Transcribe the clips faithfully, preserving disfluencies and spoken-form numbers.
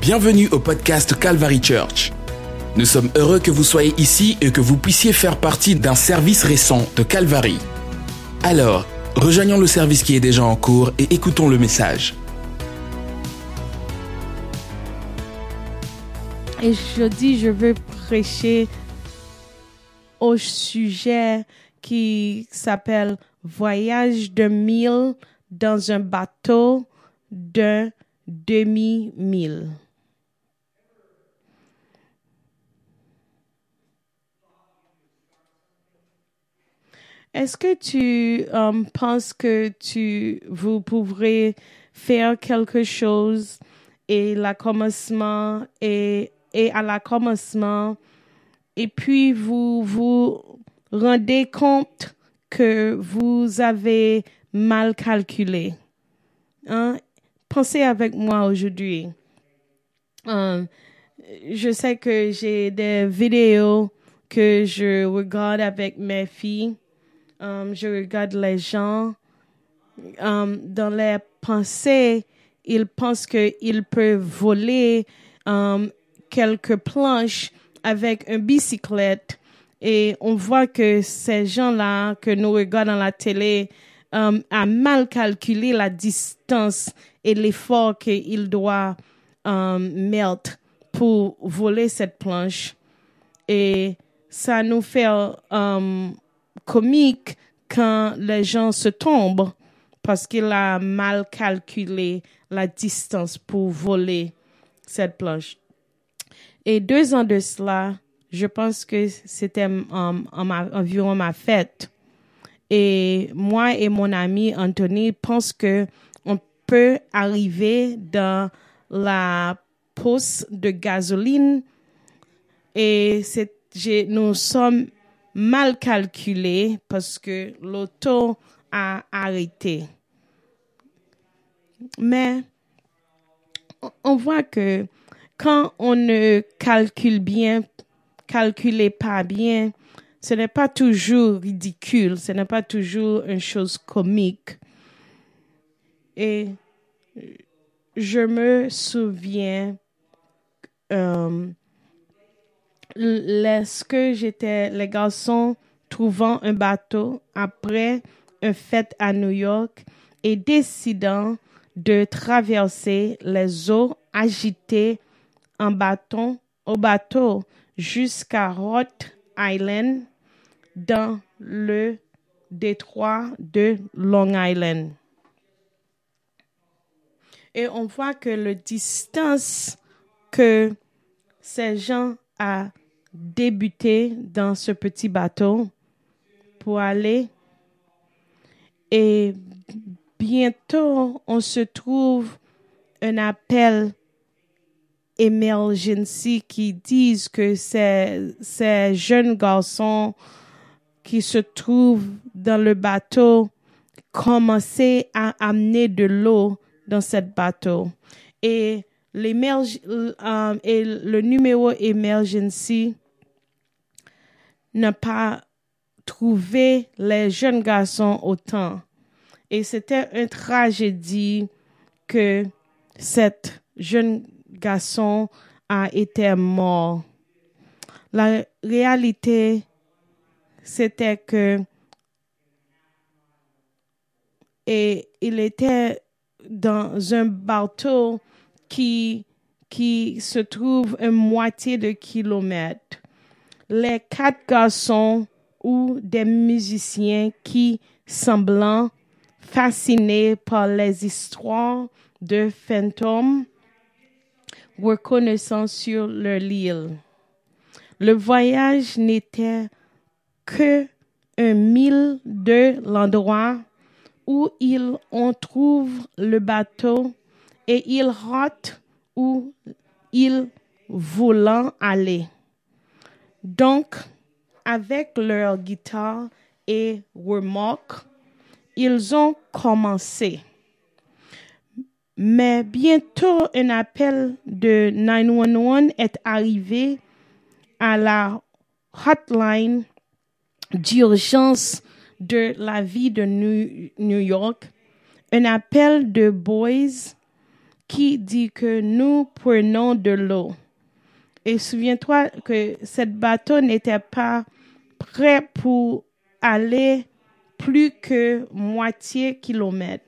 Bienvenue au podcast Calvary Church. Nous sommes heureux que vous soyez ici et que vous puissiez faire partie d'un service récent de Calvary. Alors, rejoignons le service qui est déjà en cours et écoutons le message. Et jeudi, je veux prêcher au sujet qui s'appelle « Voyage de mille dans un bateau d'un demi-mille ». Est-ce que tu um, penses que tu vous pourrez faire quelque chose et la commencement et, et à la commencement et puis vous vous rendez compte que vous avez mal calculé? Hein? Pensez avec moi aujourd'hui. Um, je sais que j'ai des vidéos que je regarde avec mes filles. Um, je regarde les gens, um, dans les pensées, ils pensent qu'ils peuvent voler um, quelques planches avec une bicyclette. Et on voit que ces gens-là que nous regardons à la télé um, a mal calculé la distance et l'effort qu'il doit um, mettre pour voler cette planche. Et ça nous fait um, comique quand les gens se tombent parce qu'il a mal calculé la distance pour voler cette planche. Et deux ans de cela, je pense que c'était um, en ma, environ ma fête. Et moi et mon ami Anthony pensent que on peut arriver dans la poste de gasoline et c'est, j'ai, nous sommes mal calculé parce que l'auto a arrêté. Mais on voit que quand on ne calcule bien, calculez pas bien, ce n'est pas toujours ridicule, ce n'est pas toujours une chose comique. Et je me souviens euh, lorsque j'étais les garçons trouvant un bateau après une fête à New York et décidant de traverser les eaux agitées en bâton au bateau jusqu'à Rhode Island dans le détroit de Long Island. Et on voit que la distance que ces gens ont débuté dans ce petit bateau pour aller. Et bientôt, on se trouve un appel emergency qui disent que ces, ces jeunes garçons qui se trouvent dans le bateau commençaient à amener de l'eau dans ce bateau. Et, um, et le numéro emergency n'a pas trouvé les jeunes garçons au temps. Et c'était une tragédie que cet jeune garçon a été mort. La réalité, c'était que et il était dans un bateau qui, qui se trouve à moitié de kilomètre. Les quatre garçons ou des musiciens qui semblant fascinés par les histoires de fantômes reconnaissant sur leur île. Le voyage n'était que un mille de l'endroit où ils on trouve le bateau et ils ratent où ils voulaient aller. Donc, avec leur guitare et remorque, ils ont commencé. Mais bientôt, un appel de neuf un un est arrivé à la hotline d'urgence de la ville de New York. Un appel de boys qui dit que nous prenons de l'eau. Et souviens-toi que ce bateau n'était pas prêt pour aller plus que moitié kilomètre.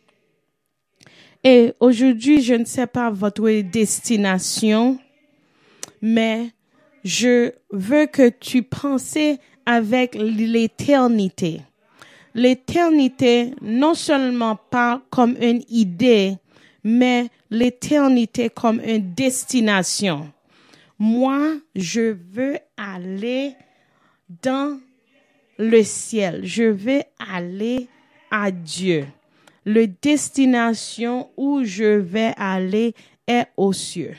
Et aujourd'hui, je ne sais pas votre destination, mais je veux que tu penses avec l'éternité. L'éternité, non seulement pas comme une idée, mais l'éternité comme une destination. Moi, je veux aller dans le ciel. Je veux aller à Dieu. La destination où je vais aller est aux cieux.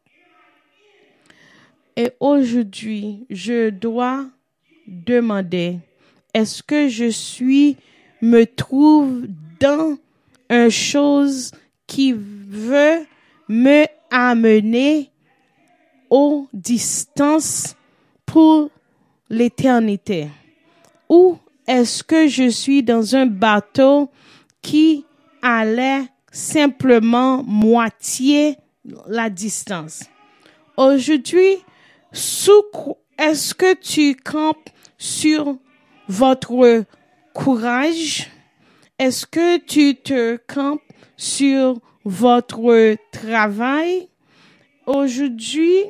Et aujourd'hui, je dois demander, est-ce que je suis, me trouve dans une chose qui veut me amener aux distances pour l'éternité? Ou est-ce que je suis dans un bateau qui allait simplement moitié la distance? Aujourd'hui, sous, est-ce que tu campes sur votre courage? Est-ce que tu te campes sur votre travail? Aujourd'hui,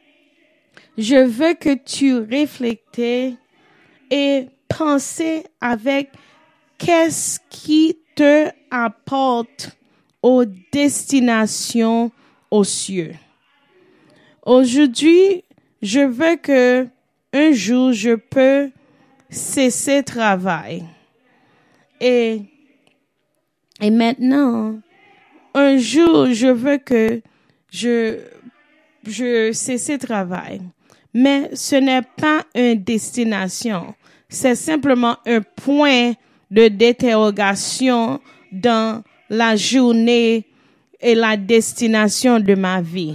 je veux que tu réfléchis et penses avec qu'est-ce qui te apporte aux destinations aux cieux. Aujourd'hui, je veux que un jour je peux cesser travail. Et, et maintenant, un jour, je veux que je, je cesse travail. Mais ce n'est pas une destination. C'est simplement un point de d'interrogation dans la journée et la destination de ma vie.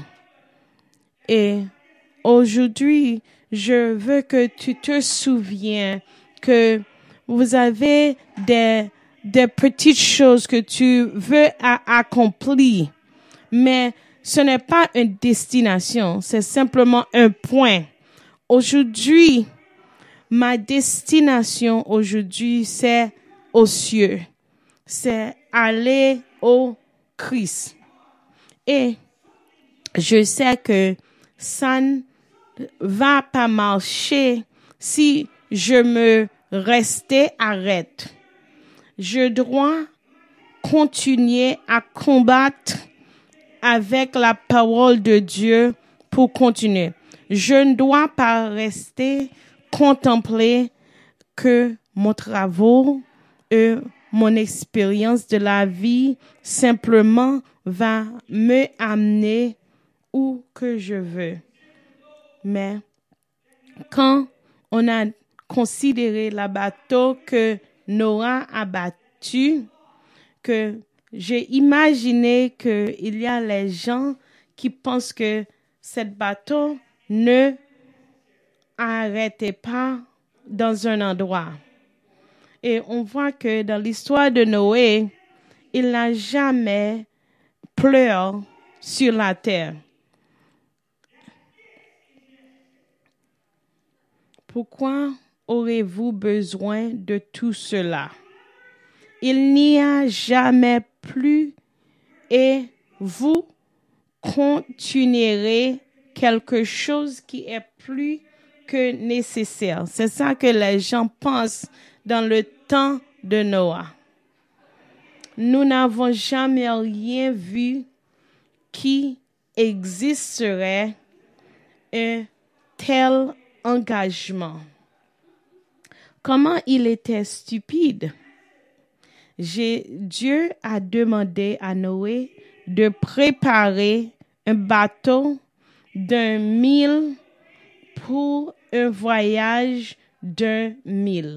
Et aujourd'hui, je veux que tu te souviens que vous avez des, des petites choses que tu veux accomplir, mais ce n'est pas une destination, c'est simplement un point. Aujourd'hui, ma destination aujourd'hui, c'est aux cieux. C'est aller au Christ. Et je sais que ça ne va pas marcher si je me restais arrête. Je dois continuer à combattre avec la parole de Dieu pour continuer. Je ne dois pas rester contempler que mon travail et mon expérience de la vie simplement va me amener où que je veux. Mais quand on a considéré le bateau que Noah a battu, que j'ai imaginé qu'il y a les gens qui pensent que ce bateau ne arrêtait pas dans un endroit. Et on voit que dans l'histoire de Noé, il n'a jamais pleuré sur la terre. Pourquoi aurez-vous besoin de tout cela? Il n'y a jamais plus et vous continuerez quelque chose qui est plus que nécessaire. C'est ça que les gens pensent dans le temps de Noah. Nous n'avons jamais rien vu qui existerait un tel engagement. Comment il était stupide. J'ai, Dieu a demandé à Noé de préparer un bateau d'un mille pour un voyage d'un mille.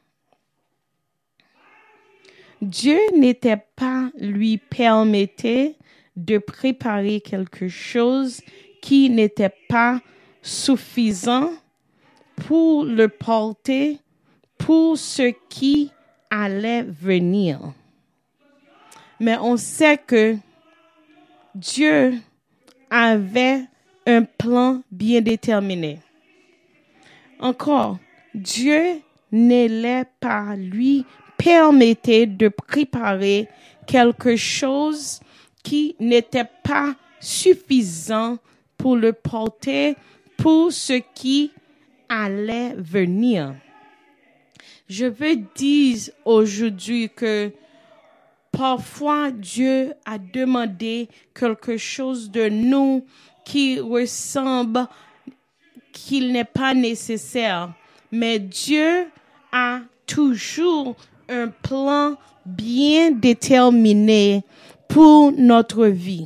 Dieu n'était pas lui permettait de préparer quelque chose qui n'était pas suffisant pour le porter pour ce qui allait venir. Mais on sait que Dieu avait un plan bien déterminé. Encore, Dieu n'allait pas lui permettre de préparer quelque chose qui n'était pas suffisant pour le porter pour ce qui allait venir. Je veux dire aujourd'hui que parfois Dieu a demandé quelque chose de nous qui ressemble, qu'il n'est pas nécessaire. Mais Dieu a toujours un plan bien déterminé pour notre vie.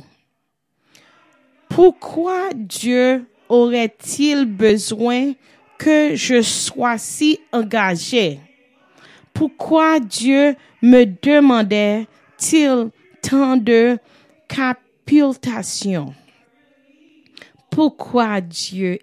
Pourquoi Dieu aurait-il besoin que je sois si engagée? Pourquoi Dieu me demandait-il tant de capitulation? Pourquoi Dieu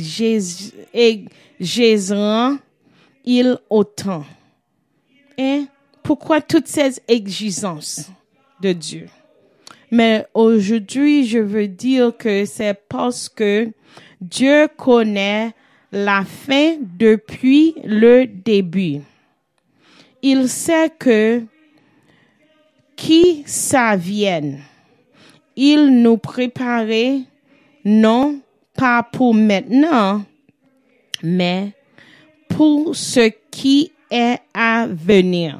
exigera-il autant? Et pourquoi toutes ces exigences de Dieu? Mais aujourd'hui, je veux dire que c'est parce que Dieu connaît la fin depuis le début. Il sait que qui ça vienne, il nous préparait non pas pour maintenant, mais pour ce qui est à venir.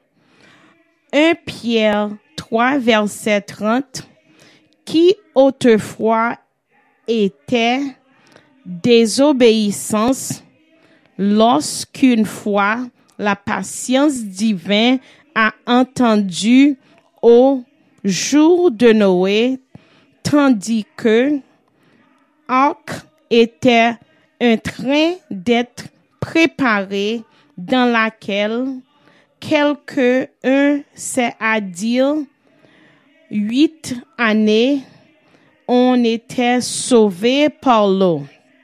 un Pierre trois, verset trente, qui autrefois était désobéissance, lorsqu'une fois la patience divine a entendu au jour de Noé, tandis que Arc était en train d'être préparé, dans laquelle quelques-uns, c'est-à-dire huit années, on était sauvés par l'eau.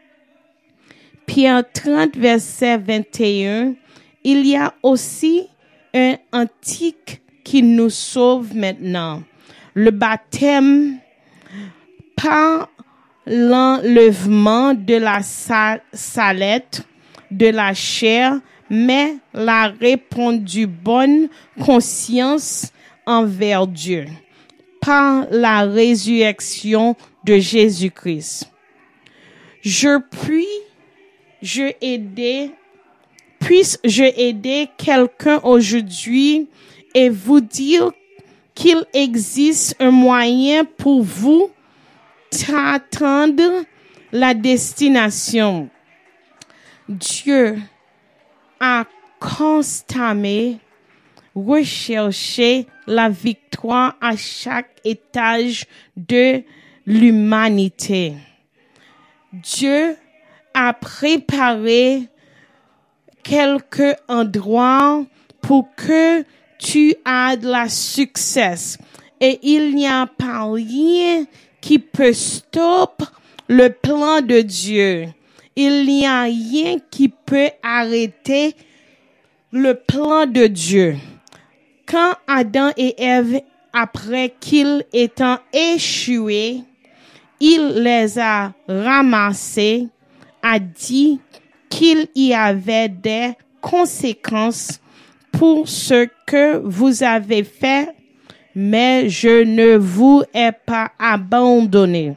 Pierre trente, verset vingt et un, il y a aussi un antique qui nous sauve maintenant. Le baptême par l'enlèvement de la salette de la chair, mais la répandue bonne conscience envers Dieu par la résurrection de Jésus-Christ. Je puis, je aider, puisse-je aider quelqu'un aujourd'hui et vous dire qu'il existe un moyen pour vous d'atteindre la destination. Dieu a constamment recherché la victoire à chaque étage de l'humanité. Dieu a préparé quelques endroits pour que tu aies de la succès. Et il n'y a pas rien qui peut stopper le plan de Dieu. Il n'y a rien qui peut arrêter le plan de Dieu. Quand Adam et Ève, après qu'ils étant échoués, il les a ramassés, a dit qu'il y avait des conséquences pour ce que vous avez fait, mais je ne vous ai pas abandonné.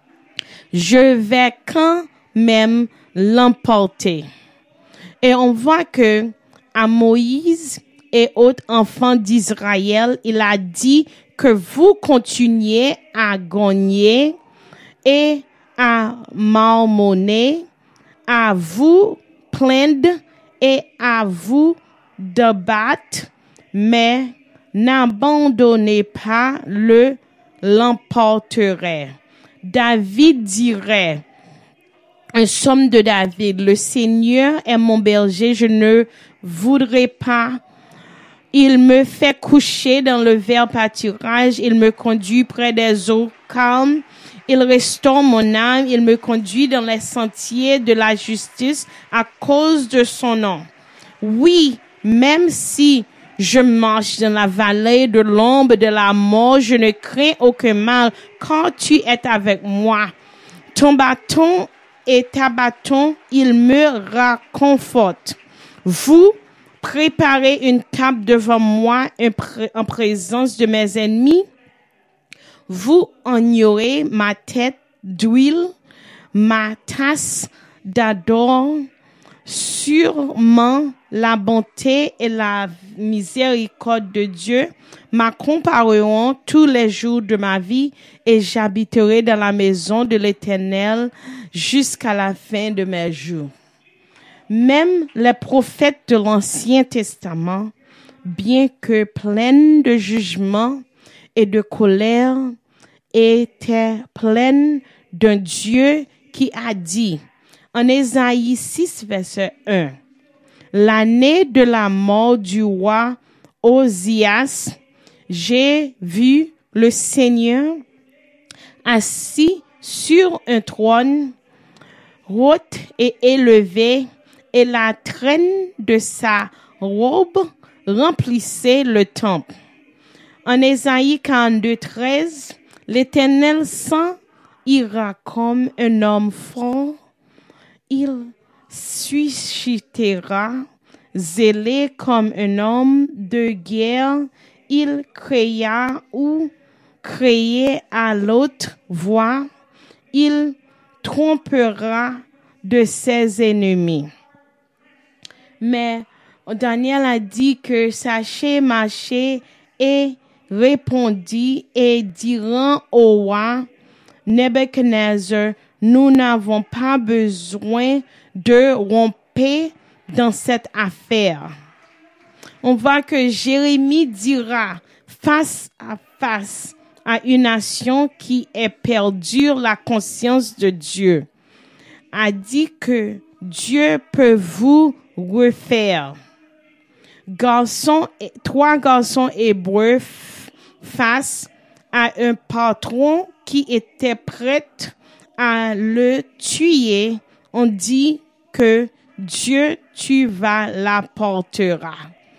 Je vais quand même l'emporter. Et on voit que à Moïse et autres enfants d'Israël, il a dit que vous continuez à gagner et à marmonner, à vous plaindre et à vous débattre, mais n'abandonnez pas le l'emporterait. David dirait, un psaume de David, le Seigneur est mon berger, je ne voudrais pas. Il me fait coucher dans le vert pâturage, il me conduit près des eaux calmes, il restaure mon âme, il me conduit dans les sentiers de la justice à cause de son nom. Oui, même si Je marche dans la vallée de l'ombre de la mort, je ne crains aucun mal, quand tu es avec moi. Ton bâton et ta bâton, ils me réconfortent. Vous préparez une table devant moi en présence de mes ennemis. Vous ignorez ma tête d'huile, ma tasse d'adore. Sûrement la bonté et la miséricorde de Dieu m'accompagneront tous les jours de ma vie et j'habiterai dans la maison de l'Éternel jusqu'à la fin de mes jours. Même les prophètes de l'Ancien Testament, bien que pleins de jugement et de colère, étaient pleins d'un Dieu qui a dit, en Ésaïe six, verset un, l'année de la mort du roi Osias, j'ai vu le Seigneur assis sur un trône, haut et élevé, et la traîne de sa robe remplissait le temple. En Ésaïe quarante-deux, treize, l'Éternel s'en ira comme un homme fort. Il suscitera, zélé comme un homme de guerre, il créa ou créait à l'autre voix, il trompera de ses ennemis. Mais Daniel a dit que sachez marcher et répondit et diront au roi Nebuchadnezzar, nous n'avons pas besoin de rompre dans cette affaire. On voit que Jérémie dira face à face à une nation qui est perdue la conscience de Dieu, a dit que Dieu peut vous refaire. Garçons, trois garçons hébreux face à un patron qui était prêt à le tuer, on dit que Dieu, tu vas l'apportera.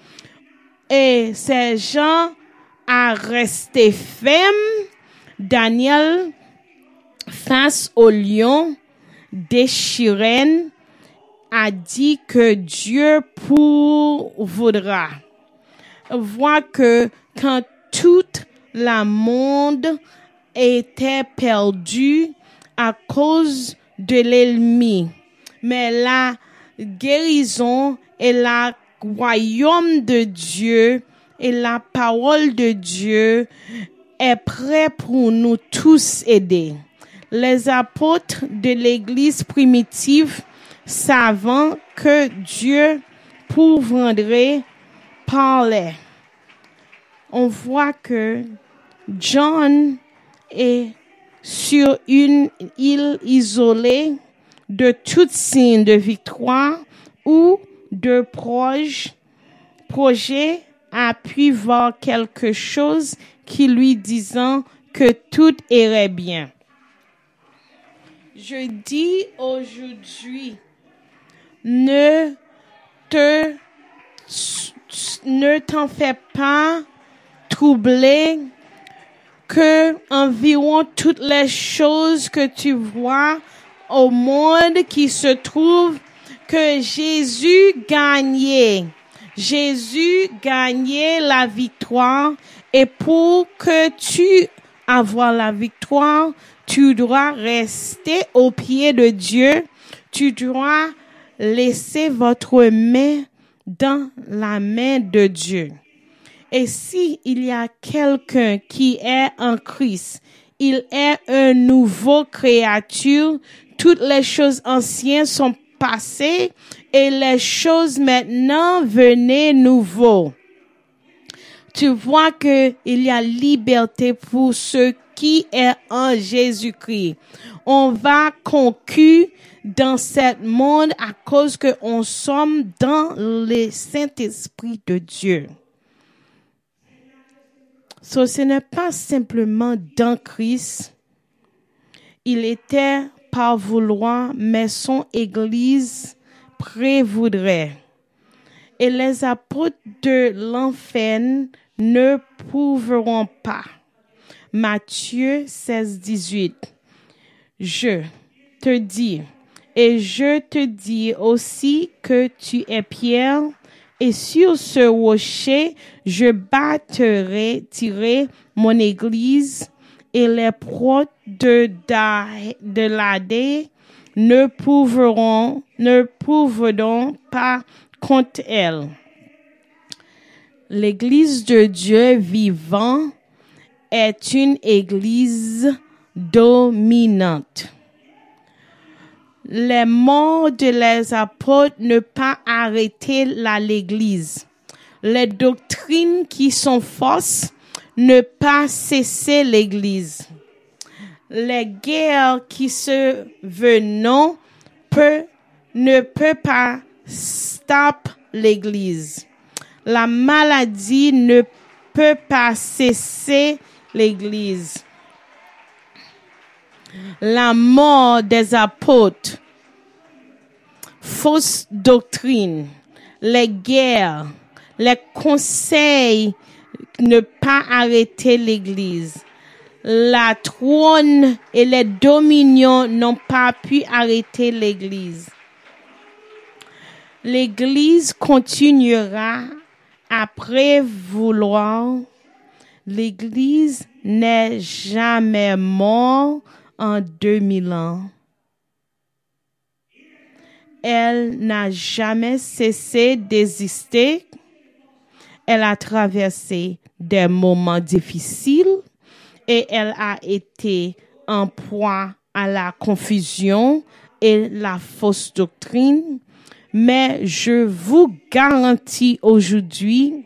Et ces gens a resté ferme. Daniel, face au lion déchiré, a dit que Dieu pourvoudra. On voit que quand tout le monde était perdu à cause de l'ennemi, mais la guérison et le royaume de Dieu et la parole de Dieu est prêt pour nous tous aider. Les apôtres de l'Église primitive, savant que Dieu pourvoudrait, parlaient. On voit que John est sur une île isolée de tout signe de victoire ou de proche, projet a pu voir quelque chose qui lui disant que tout irait bien. Je dis aujourd'hui, ne te, ne t'en fais pas troubler que environ toutes les choses que tu vois au monde qui se trouve, que Jésus gagnait. Jésus gagnait la victoire et pour que tu avoir la victoire, tu dois rester au pied de Dieu. Tu dois laisser votre main dans la main de Dieu. Et si il y a quelqu'un qui est en Christ, il est une nouvelle créature. Toutes les choses anciennes sont passées et les choses maintenant venaient nouveau. Tu vois que il y a liberté pour ceux qui est en Jésus-Christ. On va conquérir dans ce monde à cause que on sommes dans le Saint-Esprit de Dieu. So, ce n'est pas simplement dans Christ. Il était par vouloir, mais son Église prévoudrait. et les apôtres de l'enfer ne pouveront pas. Matthieu seize, dix-huit. Je te dis, et je te dis aussi que tu es Pierre, et sur ce rocher, je bâtirai tirer mon église, et les portes de, de l'Hadès ne pouveront, ne pouvront pas contre elle. L'église de Dieu vivant est une église dominante. Les morts de les apôtres ne pas arrêter la l'église. Les doctrines qui sont fausses ne pas cesser l'église. Les guerres qui se veulent peut, ne peut pas stop l'église. La maladie ne peut pas cesser l'église. La mort des apôtres, fausses doctrines, les guerres, les conseils ne pas arrêter l'église. La trône et les dominions n'ont pas pu arrêter l'église. L'église continuera après vouloir. L'église n'est jamais morte en deux mille ans. Elle n'a jamais cessé d'exister. Elle a traversé des moments difficiles et elle a été en proie à la confusion et la fausse doctrine. Mais je vous garantis aujourd'hui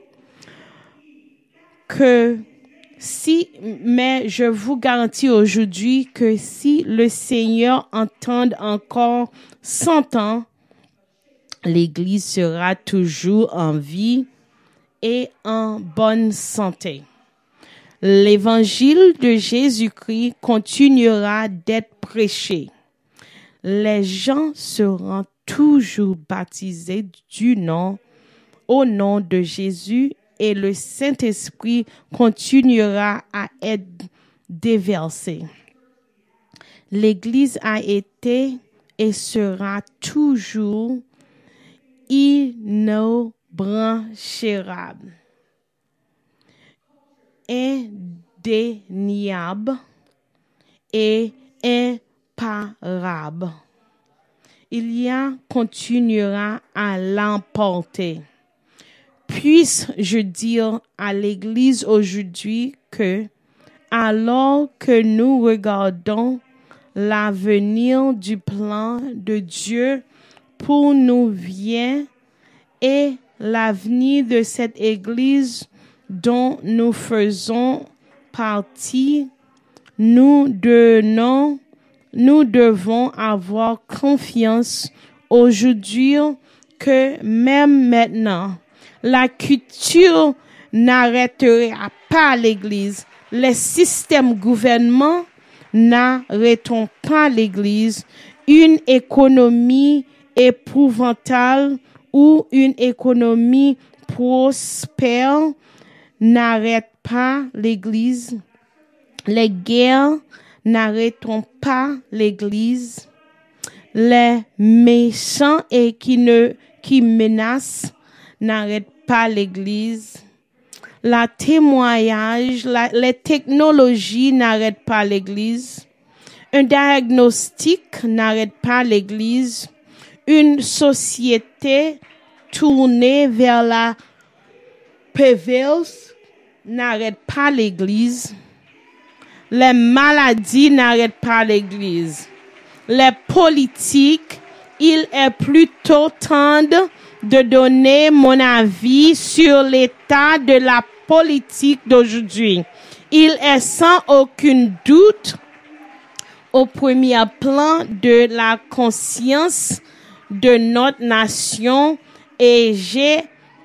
que si, mais je vous garantis aujourd'hui que si le Seigneur entend encore cent ans, l'Église sera toujours en vie et en bonne santé. L'évangile de Jésus-Christ continuera d'être prêché. Les gens seront toujours baptisés du nom, au nom de Jésus, et le Saint-Esprit continuera à être déversé. L'Église a été et sera toujours inébranchable, indéniable et imparable. Il y a continuera à l'emporter. Puisse-je dire à l'Église aujourd'hui que, alors que nous regardons l'avenir du plan de Dieu pour nous vient et l'avenir de cette Église dont nous faisons partie, nous donnons, nous devons avoir confiance aujourd'hui que même maintenant, la culture n'arrêtera pas l'Église. Les systèmes gouvernement n'arrêteront pas l'Église. Une économie épouvantable ou une économie prospère n'arrête pas l'Église. Les guerres n'arrêteront pas l'Église. Les méchants et qui ne qui menacent n'arrêtent pas l'Église. La témoignage, la, les technologies n'arrêtent pas l'Église. Un diagnostic n'arrête pas l'Église. Une société tournée vers la perverse n'arrête pas l'Église. Les maladies n'arrêtent pas l'Église. Les politiques, il est plutôt temps de donner mon avis sur l'état de la politique d'aujourd'hui. Il est sans aucun doute au premier plan de la conscience de notre nation et j'ai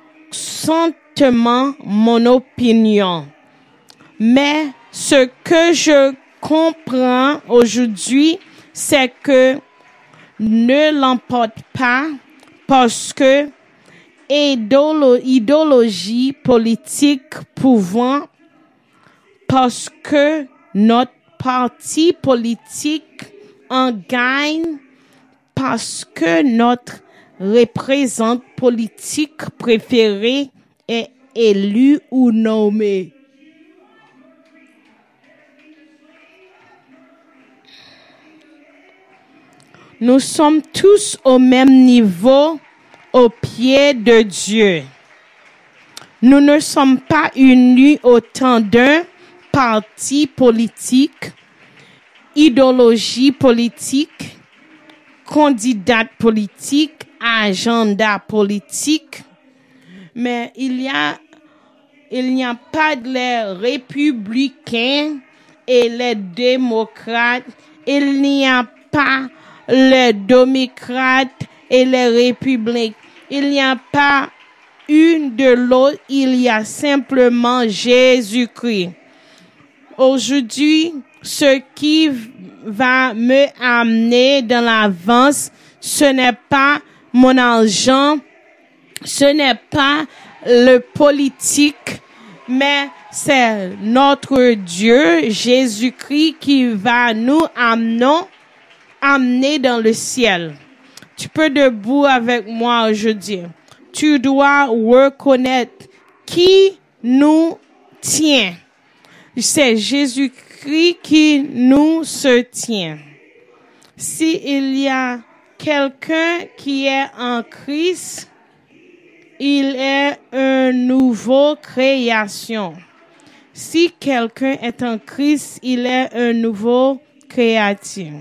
simplement mon opinion. Mais ce que je comprends aujourd'hui, c'est que ne l'emporte pas parce que idolo- idéologie politique pouvant parce que notre parti politique en gagne, parce que notre représentant politique préféré est élu ou nommé. Nous sommes tous au même niveau au pied de Dieu. Nous ne sommes pas unis au temps d'un parti politique, idéologie politique, candidat politique, agenda politique, mais il y a, il n'y a pas les républicains et les démocrates, il n'y a pas les démocrates et les républicains. Il n'y a pas une de l'autre, il y a simplement Jésus-Christ. Aujourd'hui, ce qui va me amener dans l'avance, ce n'est pas mon argent, ce n'est pas le politique, mais c'est notre Dieu, Jésus-Christ, qui va nous amener amener dans le ciel. Tu peux debout avec moi aujourd'hui. Tu dois reconnaître qui nous tient. C'est Jésus-Christ qui nous se tient. S'il y a quelqu'un qui est en Christ, il est une nouvelle création. Si quelqu'un est en Christ, il est une nouvelle créature.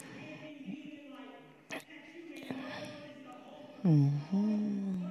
Mm-hmm.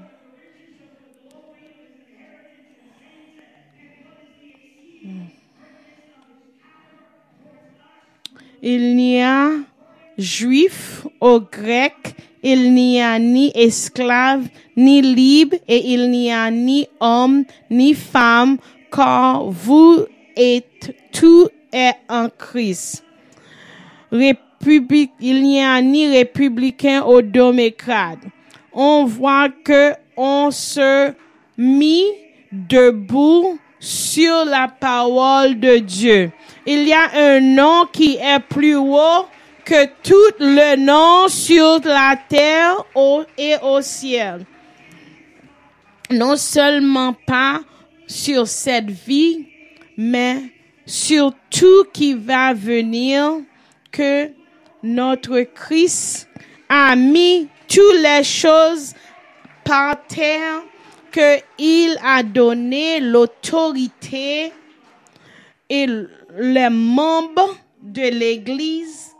Il n'y a juif ou grec, il n'y a ni esclave, ni libre, et il n'y a ni homme, ni femme, car vous êtes tous en Christ. République, il n'y a ni républicain ou démocrate. On voit que on se mit debout sur la parole de Dieu. Il y a un nom qui est plus haut que tout le nom sur la terre et au ciel. Non seulement pas sur cette vie, mais sur tout qui va venir, que notre Christ a mis toutes les choses par terre, qu'il a donné l'autorité et les membres de l'Église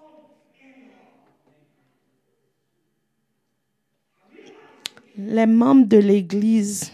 les membres de l'Église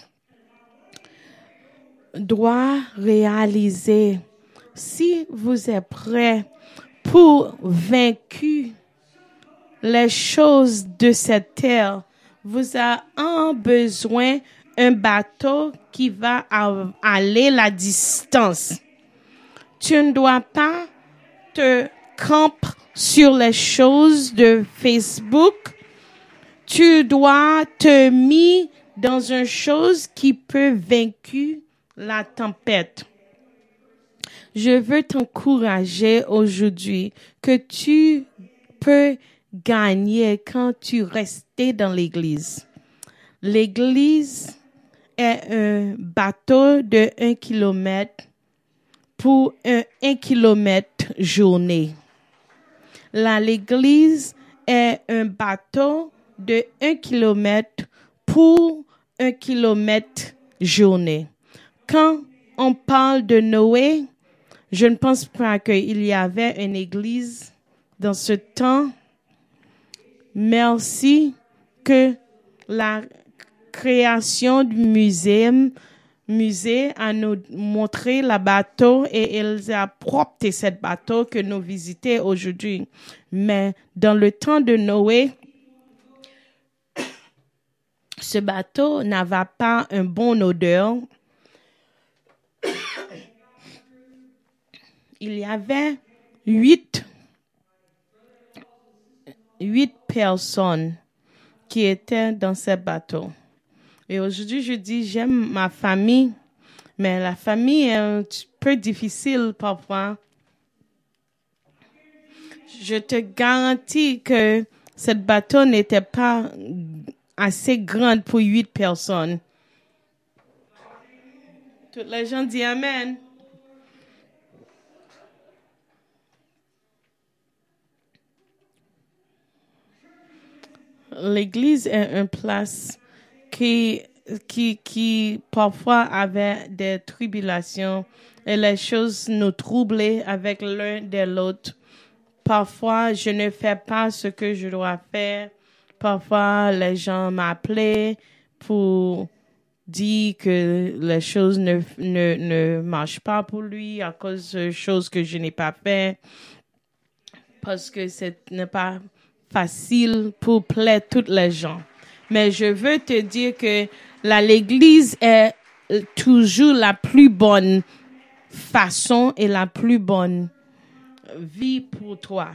doivent réaliser, si vous êtes prêts pour vaincre les choses de cette terre, vous avez besoin d'un bateau qui va aller la distance. Tu ne dois pas te camper sur les choses de Facebook. Tu dois te mettre dans une chose qui peut vaincre la tempête. Je veux t'encourager aujourd'hui que tu peux gagner quand tu restes dans l'église. L'église est un bateau de un kilomètre pour un, un kilomètre journée. La, l'église est un bateau de un kilomètre pour un kilomètre journée. Quand on parle de Noé, je ne pense pas qu'il y avait une église dans ce temps. Merci que la création du musée, musée a nous montré le bateau et il a propre cette bateau que nous visitons aujourd'hui. Mais dans le temps de Noé, ce bateau n'avait pas une bonne odeur. Il y avait huit, huit personnes qui étaient dans ce bateau. Et aujourd'hui, je dis, j'aime ma famille, mais la famille est un peu difficile parfois. Je te garantis que cette bateau n'était pas assez grande pour huit personnes. Toutes les gens disent Amen. L'église est une place qui, qui, qui parfois avait des tribulations et les choses nous troublaient avec l'un de l'autre. Parfois, je ne fais pas ce que je dois faire. Parfois, les gens m'appelaient pour dire que les choses ne, ne, ne marchent pas pour lui à cause de choses que je n'ai pas fait. Parce que ce n'est pas facile pour plaire toutes les gens. Mais je veux te dire que la, l'église est toujours la plus bonne façon et la plus bonne vie pour toi.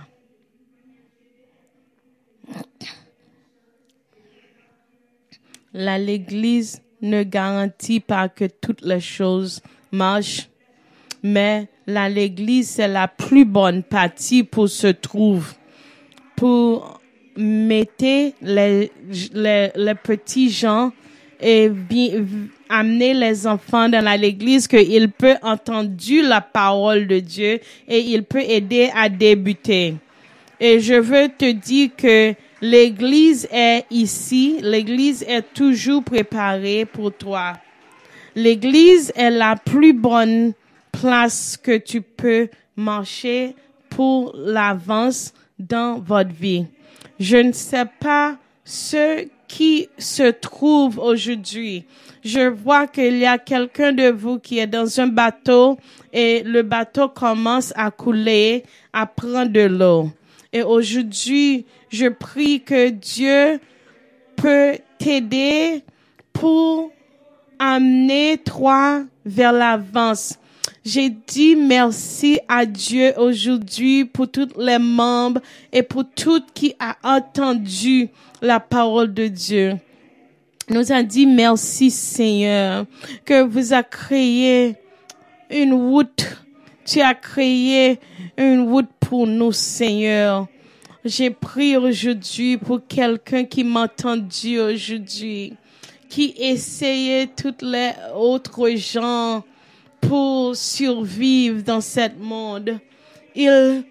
La, l'église ne garantit pas que toutes les choses marchent, mais la, l'église, c'est la plus bonne partie pour se trouver, pour mettre les, les, les petits gens et bien, amener les enfants dans la, l'église, qu'ils peuvent entendre la parole de Dieu et ils peuvent aider à débuter. Et je veux te dire que l'église est ici, l'église est toujours préparée pour toi. L'église est la plus bonne place que tu peux marcher pour l'avance dans votre vie. Je ne sais pas ce qui se trouve aujourd'hui. Je vois qu'il y a quelqu'un de vous qui est dans un bateau et le bateau commence à couler, à prendre de l'eau. Et aujourd'hui, je prie que Dieu peut t'aider pour amener toi vers l'avance. J'ai dit merci à Dieu aujourd'hui pour tous les membres et pour tout qui a entendu la parole de Dieu. Nous a dit merci Seigneur que vous a créé une route. Tu as créé une route pour nous Seigneur. J'ai prié aujourd'hui pour quelqu'un qui m'a entendu aujourd'hui, qui essayait toutes les autres gens pour survivre dans ce monde. Il,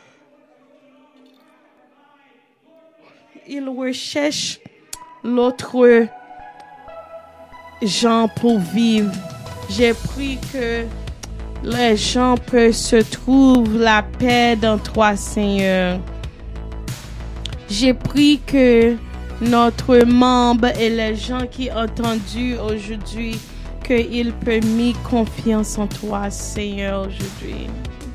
il recherche l'autre gens pour vivre. J'ai prié que les gens peuvent se trouver la paix dans toi, Seigneur. J'ai prié que notre membre et les gens qui ont entendu aujourd'hui, qu'ils peuvent mettre confiance en toi, Seigneur, aujourd'hui.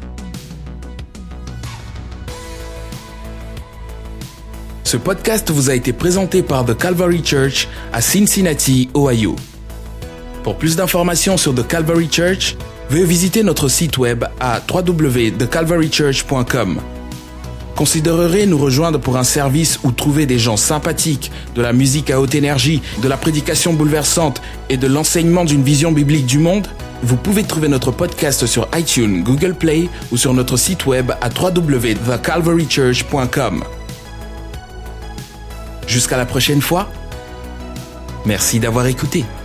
Ce podcast vous a été présenté par The Calvary Church à Cincinnati, Ohio. Pour plus d'informations sur The Calvary Church, veuillez visiter notre site web à w w w point the calvary church point com. Considérerez nous rejoindre pour un service où trouver des gens sympathiques, de la musique à haute énergie, de la prédication bouleversante et de l'enseignement d'une vision biblique du monde? Vous pouvez trouver notre podcast sur iTunes, Google Play ou sur notre site web à w w w point the calvary church point com. Jusqu'à la prochaine fois. Merci d'avoir écouté.